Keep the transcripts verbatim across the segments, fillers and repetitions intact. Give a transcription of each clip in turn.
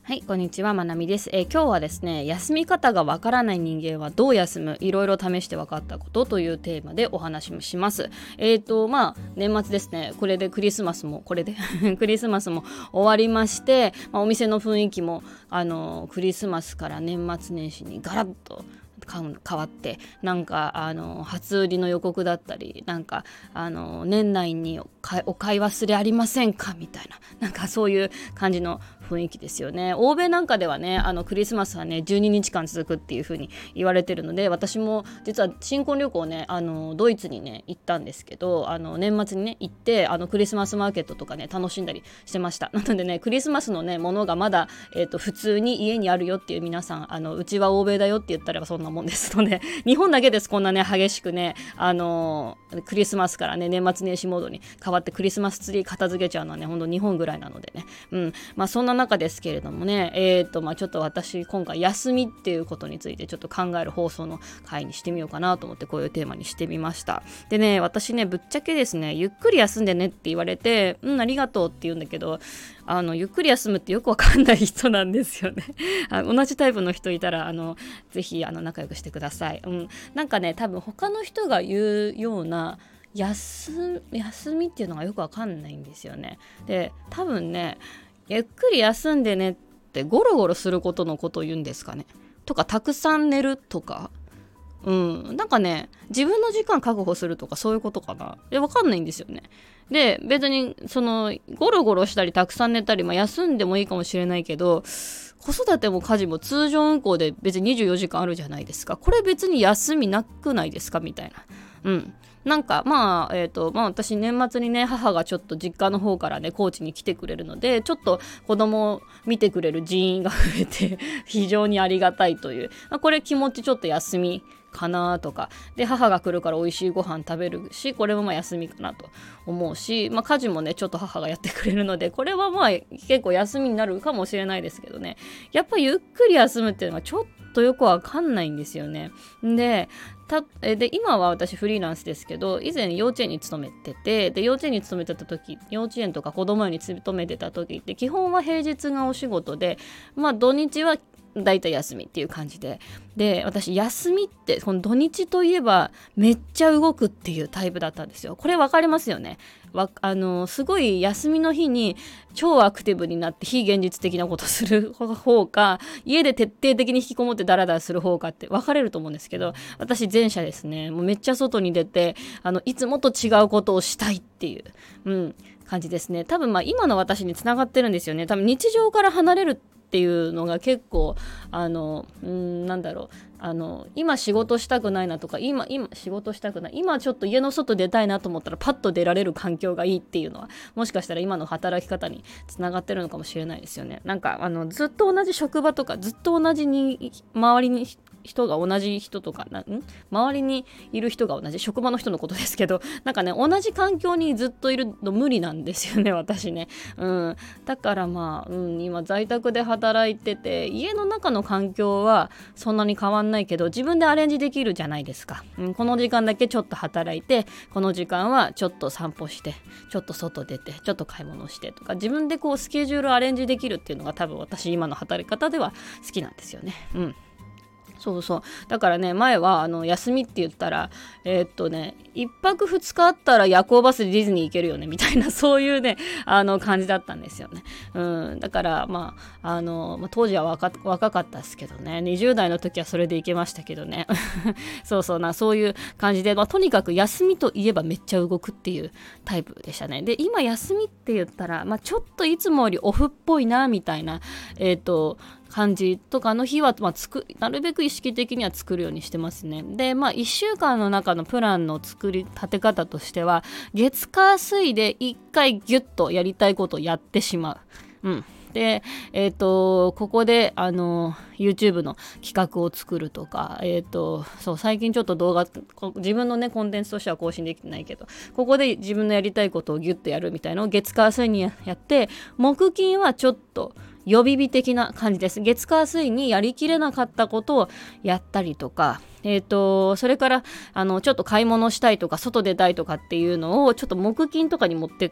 はい、こんにちは、まなみです。えー今日はですね、休み方がわからない人間はどう休む、いろいろ試して分かったことというテーマでお話もします。えーと、まあ、年末ですね、これでクリスマスも、これでクリスマスも終わりまして、まあ、お店の雰囲気も、あの、クリスマスから年末年始にガラッと変わって、なんかあの初売りの予告だったり、なんかあの年内にお買いお買い忘れありませんかみたいな、なんかそういう感じの雰囲気ですよね。欧米なんかではね、あのクリスマスはねじゅうににちかん続くっていう風に言われてるので、私も実は新婚旅行ね、あのドイツにね行ったんですけど、あの年末にね行って、あのクリスマスマーケットとかね楽しんだりしてました。なのでね、クリスマスのねものがまだ、えーと、普通に家にあるよっていう皆さん、あのうちは欧米だよって言ったらそんなもんですので、日本だけです、こんなね激しくね、あのークリスマスからね年末年始モードに変わってクリスマスツリー片付けちゃうのはね、ほんと日本ぐらいなのでね、うん、まあそんな中ですけれどもね、えーとまあちょっと私今回休みっていうことについてちょっと考える放送の回にしてみようかなと思って、こういうテーマにしてみました。でね、私ねぶっちゃけですね、ゆっくり休んでねって言われて、うんありがとうって言うんだけど、あのゆっくり休むってよくわかんない人なんですよねあ同じタイプの人いたら、あのぜひあの仲良くしてください。うん、なんかね、多分他の人が言うような休休みっていうのがよくわかんないんですよね。で、多分ね、ゆっくり休んでねってゴロゴロすることのことを言うんですかね、とかたくさん寝るとか、うん、なんかね、自分の時間確保するとかそういうことかな。いや、わかんないんですよね。で、別にそのゴロゴロしたりたくさん寝たり、まあ、休んでもいいかもしれないけど、子育ても家事も通常運行で別ににじゅうよじかんあるじゃないですか。これ別に休みなくないですかみたいな。うん。なんかまあ、えっと、まあ私年末にね、母がちょっと実家の方からね、高知に来てくれるので、ちょっと子供を見てくれる人員が増えて、非常にありがたいという。まあ、これ気持ちちょっと休みかなとか。で、母が来るから美味しいご飯食べるし、これもまあ休みかなと思うし、まあ家事もね、ちょっと母がやってくれるので、これはまあ結構休みになるかもしれないですけどね。やっぱゆっくり休むっていうのはちょっとよくわかんないんですよね。で、たで今は私フリーランスですけど、以前幼稚園に勤めてて、で幼稚園に勤めてた時、幼稚園とか子供園に勤めてた時って基本は平日がお仕事で、まあ土日はだいたい休みっていう感じで、で私休みってこの土日といえばめっちゃ動くっていうタイプだったんですよ。これ分かりますよね。わあのすごい休みの日に超アクティブになって非現実的なことする方か、家で徹底的に引きこもってダラダラする方かって分かれると思うんですけど、私前者ですね。もうめっちゃ外に出て、あのいつもと違うことをしたいっていう、うん、感じですね。多分まあ今の私につながってるんですよね。多分日常から離れるっていうのが結構あのうーんなんだろう、あの今仕事したくないなとか、今今仕事したくない、今ちょっと家の外出たいなと思ったらパッと出られる環境がいいっていうのは、もしかしたら今の働き方につながってるのかもしれないですよね。なんかあのずっと同じ職場とか、ずっと同じに周りに人が同じ人とかな、ん周りにいる人が同じ職場の人のことですけど、なんかね、同じ環境にずっといるの無理なんですよね、私ね。うん、だからまあ、うん、今在宅で働いてて、家の中の環境はそんなに変わんないけど、自分でアレンジできるじゃないですか。うん、この時間だけちょっと働いて、この時間はちょっと散歩して、ちょっと外出て、ちょっと買い物してとか、自分でこうスケジュールをアレンジできるっていうのが多分私今の働き方では好きなんですよね。うん。そうそう。だからね、前はあの休みって言ったら、えー、っとね、一泊二日あったら夜行バスでディズニー行けるよねみたいな、そういうね、あの感じだったんですよね。うん、だからまああの、まあ、当時は若若かったですけどね、にじゅう代の時はそれで行けましたけどね。そうそうな、そういう感じで、まあ、とにかく休みといえばめっちゃ動くっていうタイプでしたね。で、今休みって言ったら、まあ、ちょっといつもよりオフっぽいなみたいな、えー、っと感じとかの日は、まあ、つくなるべく意識的には作るようにしてますね。で、まあいっしゅうかんの中のプランの作り立て方としては、月火水でいっかいギュッとやりたいことをやってしまう。うん。で、えっと、ここで、あの、YouTube の企画を作るとか、えっと、そう、最近ちょっと動画、自分のね、コンテンツとしては更新できてないけど、ここで自分のやりたいことをギュッとやるみたいなのを月火水にやって、木金はちょっと、予備日的な感じです。月火水にやりきれなかったことをやったりとか、えーと、それから、あの、ちょっと買い物したいとか、外出たいとかっていうのを、ちょっと木金とかに持って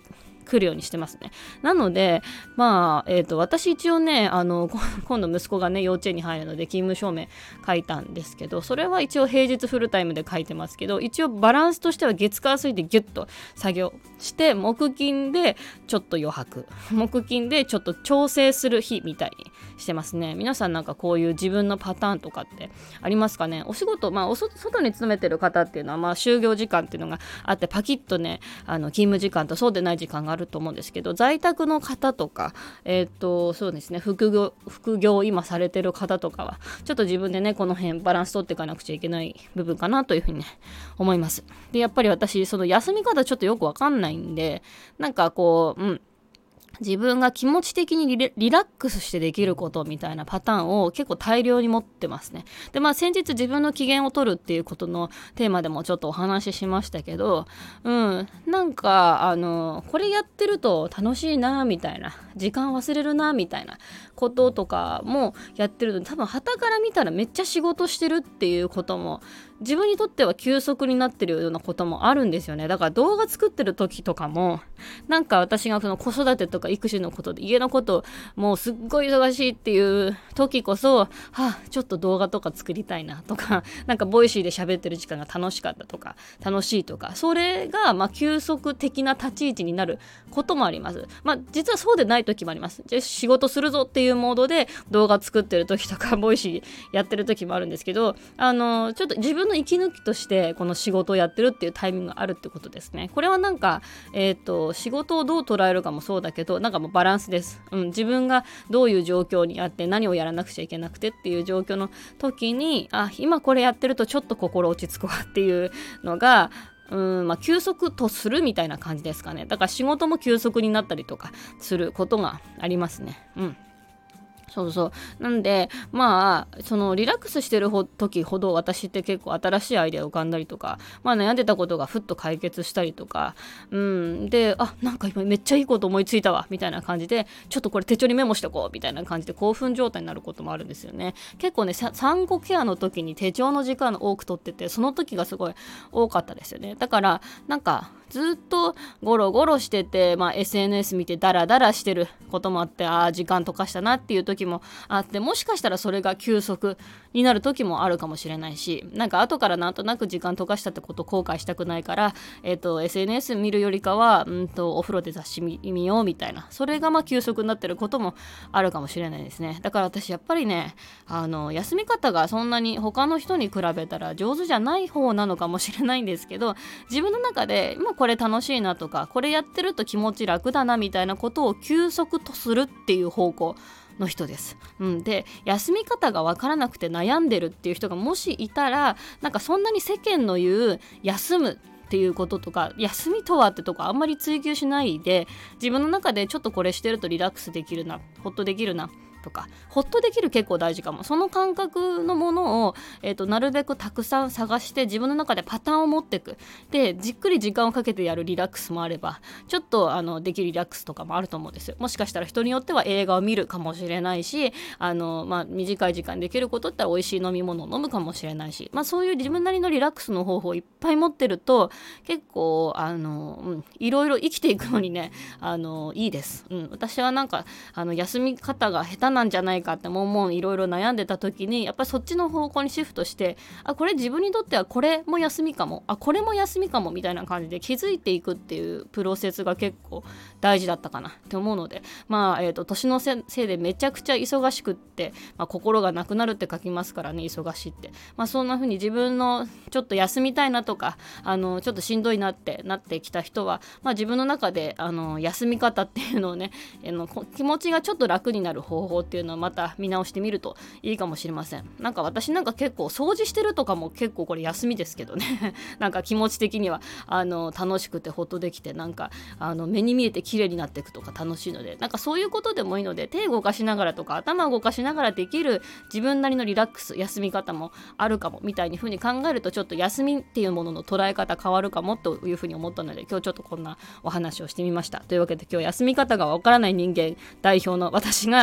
来るようにしてますね。なのでまあ、えーと、私一応ねあの今度息子がね幼稚園に入るので勤務証明書いたんですけど、それは一応平日フルタイムで書いてますけど、一応バランスとしては月火水でギュッと作業して木金でちょっと余白、木金でちょっと調整する日みたいにしてますね。皆さんなんかこういう自分のパターンとかってありますかね。お仕事、まあおそ外に勤めてる方っていうのはまあ就業時間っていうのがあってパキッとねあの勤務時間とそうでない時間があると思うんですけど、在宅の方とかえっとそうですね副業副業を今されてる方とかはちょっと自分でねこの辺バランス取っていかなくちゃいけない部分かなというふうにね思います。でやっぱり私その休み方ちょっとよくわかんないんで、なんかこううん自分が気持ち的にリレリラックスしてできることみたいなパターンを結構大量に持ってますね。でまあ先日自分の機嫌を取るっていうことのテーマでもちょっとお話ししましたけど、うんなんかあのこれやってると楽しいなみたいな、時間忘れるなみたいなこととかもやってるので、多分傍から見たらめっちゃ仕事してるっていうことも自分にとっては休息になってるようなこともあるんですよね。だから動画作ってる時とかもなんか私がその子育てとか育児のことで家のこともうすっごい忙しいっていう時こそ、はあ、ちょっと動画とか作りたいなとか、なんかボイシーで喋ってる時間が楽しかったとか楽しいとか、それがまあ休息的な立ち位置になることもあります。まあ実はそうでない時もあります。じゃあ仕事するぞっていうモードで動画作ってる時とかボイシーやってる時もあるんですけど、あのちょっと自分の息抜きとしてこの仕事をやってるっていうタイミングがあるってことですね。これはなんか、えーと、仕事をどう捉えるかもそうだけど、なんかもうバランスです、うん、自分がどういう状況にあって何をやらなくちゃいけなくてっていう状況の時に、あ今これやってるとちょっと心落ち着くわっていうのがうんまあ、休息とするみたいな感じですかね。だから仕事も休息になったりとかすることがありますね。うんそうそうなんでまあそのリラックスしてる時ほど私って結構新しいアイデア浮かんだりとか、まあ、悩んでたことがふっと解決したりとか、うんであなんか今めっちゃいいこと思いついたわみたいな感じでちょっとこれ手帳にメモしておこうみたいな感じで興奮状態になることもあるんですよね。結構ね産後ケアの時に手帳の時間多く取ってて、その時がすごい多かったですよね。だからなんかずっとゴロゴロしてて、まあ、エスエヌエス 見てダラダラしてることもあって、あ時間溶かしたなっていう時もあって、もしかしたらそれが休息になる時もあるかもしれないし、なんか後からなんとなく時間溶かしたってことを後悔したくないから、えーと、エスエヌエス 見るよりかはうんとお風呂で雑誌 見, 見ようみたいな、それがまあ休息になってることもあるかもしれないですね。だから私やっぱりねあの休み方がそんなに他の人に比べたら上手じゃない方なのかもしれないんですけど、自分の中で今これ楽しいなとかこれやってると気持ち楽だなみたいなことを休息とするっていう方向の人です、うん、で休み方が分からなくて悩んでるっていう人がもしいたら、なんかそんなに世間の言う休むっていうこととか休みとはってとこあんまり追求しないで、自分の中でちょっとこれしてるとリラックスできるな、ホッとできるなとか、ホッとできる結構大事かも。その感覚のものを、えーと、なるべくたくさん探して自分の中でパターンを持っていく。でじっくり時間をかけてやるリラックスもあれば、ちょっとあのできるリラックスとかもあると思うんですよ。もしかしたら人によっては映画を見るかもしれないし、あの、まあ、短い時間にできることだったら美味しい飲み物を飲むかもしれないし、まあ、そういう自分なりのリラックスの方法をいっぱい持ってると結構あの、うん、いろいろ生きていくのにねあのいいです、うん、私はなんかあの休み方が下手なんじゃないかってもうもういろいろ悩んでた時にやっぱりそっちの方向にシフトして、あこれ自分にとってはこれも休みかも、あこれも休みかもみたいな感じで気づいていくっていうプロセスが結構大事だったかなって思うので、まあえーと年のせいでめちゃくちゃ忙しくって、まあ、心がなくなるって書きますからね、忙しいって、まあ、そんな風に自分のちょっと休みたいなとかあのちょっとしんどいなってなってきた人は、まあ、自分の中であの休み方っていうのをねあの気持ちがちょっと楽になる方法っていうのをまた見直してみるといいかもしれません。なんか私なんか結構掃除してるとかも結構これ休みですけどねなんか気持ち的にはあの楽しくてほっとできて、なんかあの目に見えて綺麗になっていくとか楽しいので、なんかそういうことでもいいので手動かしながらとか頭動かしながらできる自分なりのリラックス休み方もあるかもみたいに風に考えると、ちょっと休みっていうものの捉え方変わるかもというふうに思ったので、今日ちょっとこんなお話をしてみました。というわけで今日休み方がわからない人間代表の私が、え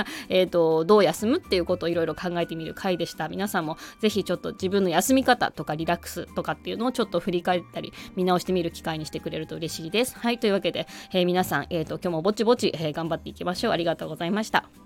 えーと、どう休むっていうことをいろいろ考えてみる回でした。皆さんもぜひちょっと自分の休み方とかリラックスとかっていうのをちょっと振り返ったり見直してみる機会にしてくれると嬉しいです。はい、というわけで、えー、皆さん、えーと、今日もぼちぼち、えー、頑張っていきましょう。ありがとうございました。